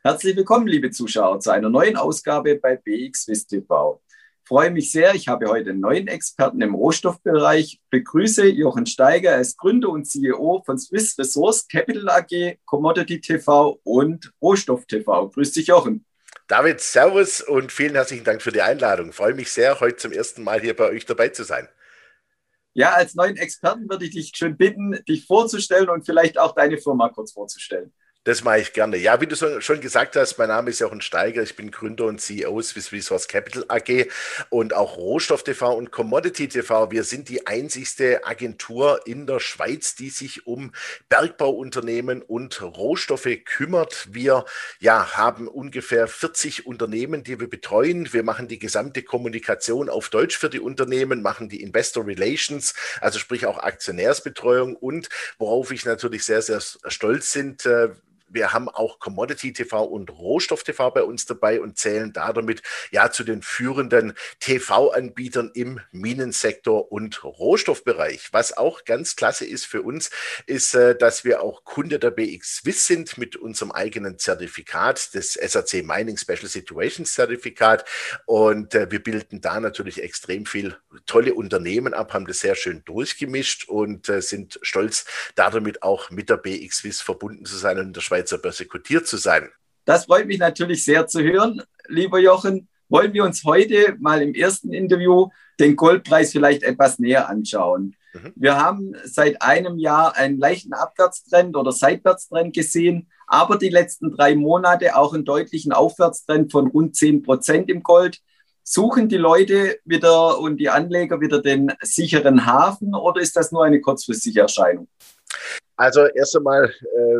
Herzlich willkommen, liebe Zuschauer, zu einer neuen Ausgabe bei BXWIST TV. Ich freue mich sehr, ich habe heute einen neuen Experten im Rohstoffbereich. Ich begrüße Jochen Steiger, er ist Gründer und CEO von Swiss Resource Capital AG, Commodity TV und Rohstoff TV. Grüß dich, Jochen. David, Servus und vielen herzlichen Dank für die Einladung. Ich freue mich sehr, heute zum ersten Mal hier bei euch dabei zu sein. Ja, als neuen Experten würde ich dich schön bitten, dich vorzustellen und vielleicht auch deine Firma kurz vorzustellen. Das mache ich gerne. Ja, wie du schon gesagt hast, mein Name ist Jochen Steiger. Ich bin Gründer und CEO Swiss Resource Capital AG und auch Rohstoff TV und Commodity TV. Wir sind die einzigste Agentur in der Schweiz, die sich um Bergbauunternehmen und Rohstoffe kümmert. Wir haben ungefähr 40 Unternehmen, die wir betreuen. Wir machen die gesamte Kommunikation auf Deutsch für die Unternehmen, machen die Investor Relations, also sprich auch Aktionärsbetreuung und worauf ich natürlich sehr, sehr stolz bin, wir haben auch Commodity TV und Rohstoff TV bei uns dabei und zählen damit zu den führenden TV-Anbietern im Minensektor und Rohstoffbereich. Was auch ganz klasse ist für uns, ist, dass wir auch Kunde der BX Swiss sind mit unserem eigenen Zertifikat, das SAC Mining Special Situations Zertifikat. Und wir bilden da natürlich extrem viel tolle Unternehmen ab, haben das sehr schön durchgemischt und sind stolz, damit auch mit der BX Swiss verbunden zu sein und in der Schweizer Börse kotiert zu sein. Das freut mich natürlich sehr zu hören, lieber Jochen. Wollen wir uns heute mal im ersten Interview den Goldpreis vielleicht etwas näher anschauen. Wir haben seit einem Jahr einen leichten Abwärtstrend oder Seitwärtstrend gesehen, aber die letzten 3 Monate auch einen deutlichen Aufwärtstrend von rund 10% im Gold. Suchen die Leute wieder und die Anleger wieder den sicheren Hafen oder ist das nur eine kurzfristige Erscheinung? Also erst einmal,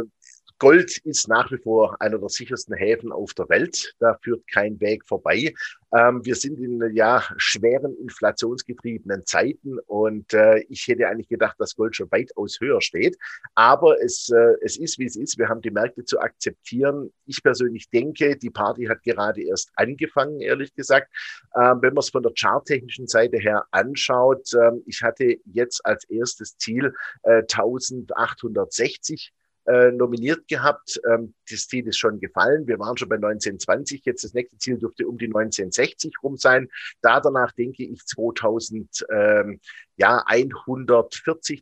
Gold ist nach wie vor einer der sichersten Häfen auf der Welt. Da führt kein Weg vorbei. Wir sind in schweren inflationsgetriebenen Zeiten und ich hätte eigentlich gedacht, dass Gold schon weitaus höher steht. Aber es ist, wie es ist. Wir haben die Märkte zu akzeptieren. Ich persönlich denke, die Party hat gerade erst angefangen, ehrlich gesagt. Wenn man es von der charttechnischen Seite her anschaut, ich hatte jetzt als erstes Ziel 1860 nominiert gehabt. Das Ziel ist schon gefallen. Wir waren schon bei 1920. Jetzt das nächste Ziel dürfte um die 1960 rum sein. Danach denke ich 2140,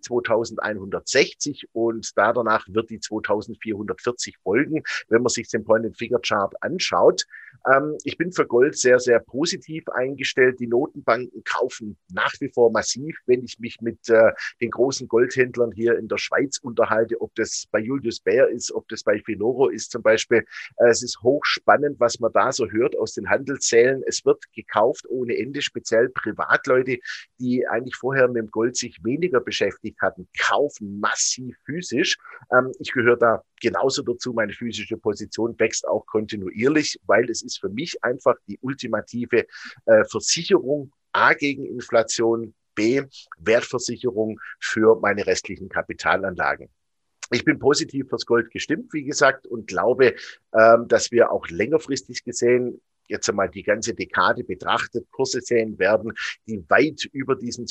2160 und danach wird die 2440 folgen, wenn man sich den Point-and-Figure-Chart anschaut. Ich bin für Gold sehr, sehr positiv eingestellt. Die Notenbanken kaufen nach wie vor massiv. Wenn ich mich mit den großen Goldhändlern hier in der Schweiz unterhalte, ob das bei Julius Baer ist, ob das bei Filoro ist zum Beispiel, es ist hochspannend, was man da so hört aus den Handelssälen. Es wird gekauft ohne Ende, speziell Privatleute, die eigentlich vorher mit dem Gold sich weniger beschäftigt hatten, kaufen massiv physisch. Ich gehöre da genauso dazu. Meine physische Position wächst auch kontinuierlich, weil es ist für mich einfach die ultimative Versicherung A gegen Inflation, B Wertversicherung für meine restlichen Kapitalanlagen. Ich bin positiv fürs Gold gestimmt, wie gesagt, und glaube, dass wir auch längerfristig gesehen jetzt einmal die ganze Dekade betrachtet, Kurse sehen werden, die weit über diesen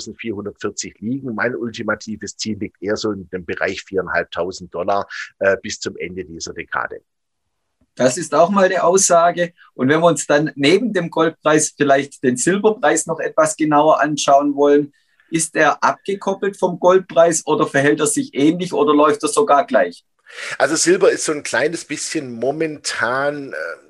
2440 liegen. Mein ultimatives Ziel liegt eher so in dem Bereich $4.500 bis zum Ende dieser Dekade. Das ist auch mal eine Aussage. Und wenn wir uns dann neben dem Goldpreis vielleicht den Silberpreis noch etwas genauer anschauen wollen, ist er abgekoppelt vom Goldpreis oder verhält er sich ähnlich oder läuft er sogar gleich? Also Silber ist so ein kleines bisschen momentan,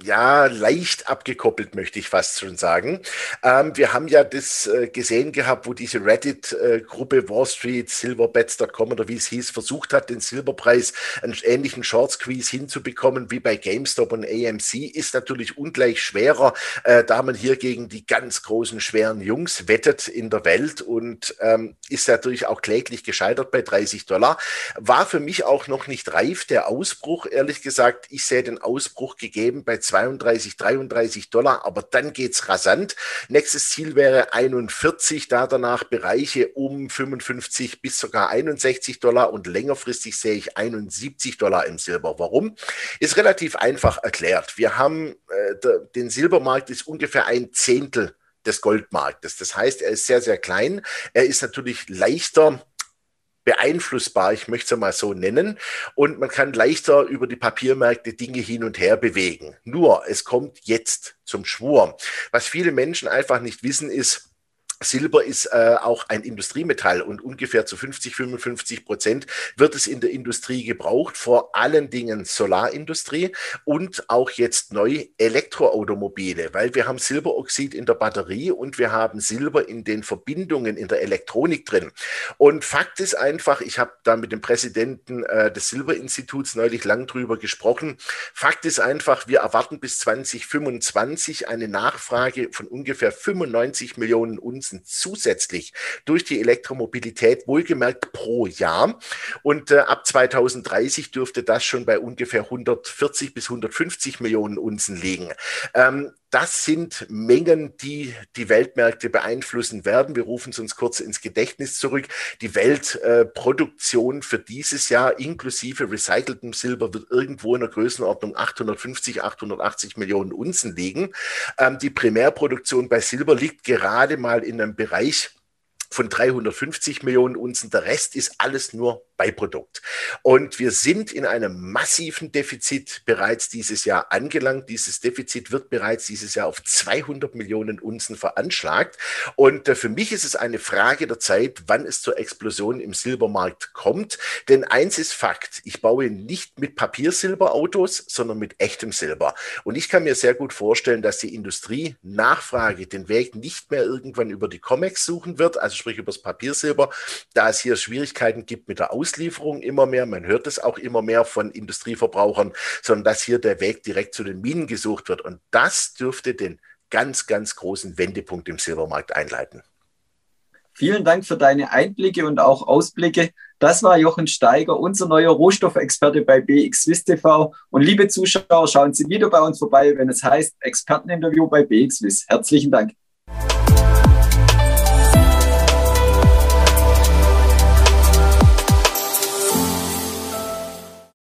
leicht abgekoppelt, möchte ich fast schon sagen. Wir haben ja das gesehen gehabt, wo diese Reddit-Gruppe Wall Street, silverbets.com oder wie es hieß, versucht hat, den Silberpreis einen ähnlichen Short Squeeze hinzubekommen wie bei GameStop und AMC, ist natürlich ungleich schwerer, da man hier gegen die ganz großen, schweren Jungs wettet in der Welt und ist natürlich auch kläglich gescheitert bei $30. War für mich auch noch nicht reif, der Ausbruch, ehrlich gesagt. Ich sehe den Ausbruch gegeben bei 32, $33, aber dann geht es rasant. Nächstes Ziel wäre 41, danach Bereiche um 55 bis sogar $61 und längerfristig sehe ich $71 im Silber. Warum? Ist relativ einfach erklärt. Wir haben, den Silbermarkt ist ungefähr ein Zehntel des Goldmarktes. Das heißt, er ist sehr, sehr klein. Er ist natürlich leichter beeinflussbar, ich möchte es mal so nennen, und man kann leichter über die Papiermärkte Dinge hin und her bewegen. Nur, es kommt jetzt zum Schwur. Was viele Menschen einfach nicht wissen, ist, Silber ist auch ein Industriemetall und ungefähr zu 50-55% wird es in der Industrie gebraucht, vor allen Dingen Solarindustrie und auch jetzt neu Elektroautomobile, weil wir haben Silberoxid in der Batterie und wir haben Silber in den Verbindungen in der Elektronik drin. Und Fakt ist einfach, ich habe da mit dem Präsidenten des Silberinstituts neulich lang drüber gesprochen, Fakt ist einfach, wir erwarten bis 2025 eine Nachfrage von ungefähr 95 Millionen Unzen zusätzlich durch die Elektromobilität, wohlgemerkt pro Jahr. Und ab 2030 dürfte das schon bei ungefähr 140 bis 150 Millionen Unzen liegen. Das sind Mengen, die die Weltmärkte beeinflussen werden. Wir rufen es uns kurz ins Gedächtnis zurück. Die Weltproduktion für dieses Jahr inklusive recyceltem Silber wird irgendwo in der Größenordnung 850, 880 Millionen Unzen liegen. Die Primärproduktion bei Silber liegt gerade mal in einem Bereich von 350 Millionen Unzen. Der Rest ist alles nur Beiprodukt. Und wir sind in einem massiven Defizit bereits dieses Jahr angelangt. Dieses Defizit wird bereits dieses Jahr auf 200 Millionen Unzen veranschlagt. Und für mich ist es eine Frage der Zeit, wann es zur Explosion im Silbermarkt kommt. Denn eins ist Fakt, ich baue nicht mit Papiersilberautos, sondern mit echtem Silber. Und ich kann mir sehr gut vorstellen, dass die Industrie Nachfrage den Weg nicht mehr irgendwann über die COMEX suchen wird, also sprich über das Papiersilber, da es hier Schwierigkeiten gibt mit der Auslieferung immer mehr, man hört es auch immer mehr von Industrieverbrauchern, sondern dass hier der Weg direkt zu den Minen gesucht wird. Und das dürfte den ganz, ganz großen Wendepunkt im Silbermarkt einleiten. Vielen Dank für deine Einblicke und auch Ausblicke. Das war Jochen Steiger, unser neuer Rohstoffexperte bei BXWISS TV. Und liebe Zuschauer, schauen Sie wieder bei uns vorbei, wenn es heißt Experteninterview bei BXWISS. Herzlichen Dank.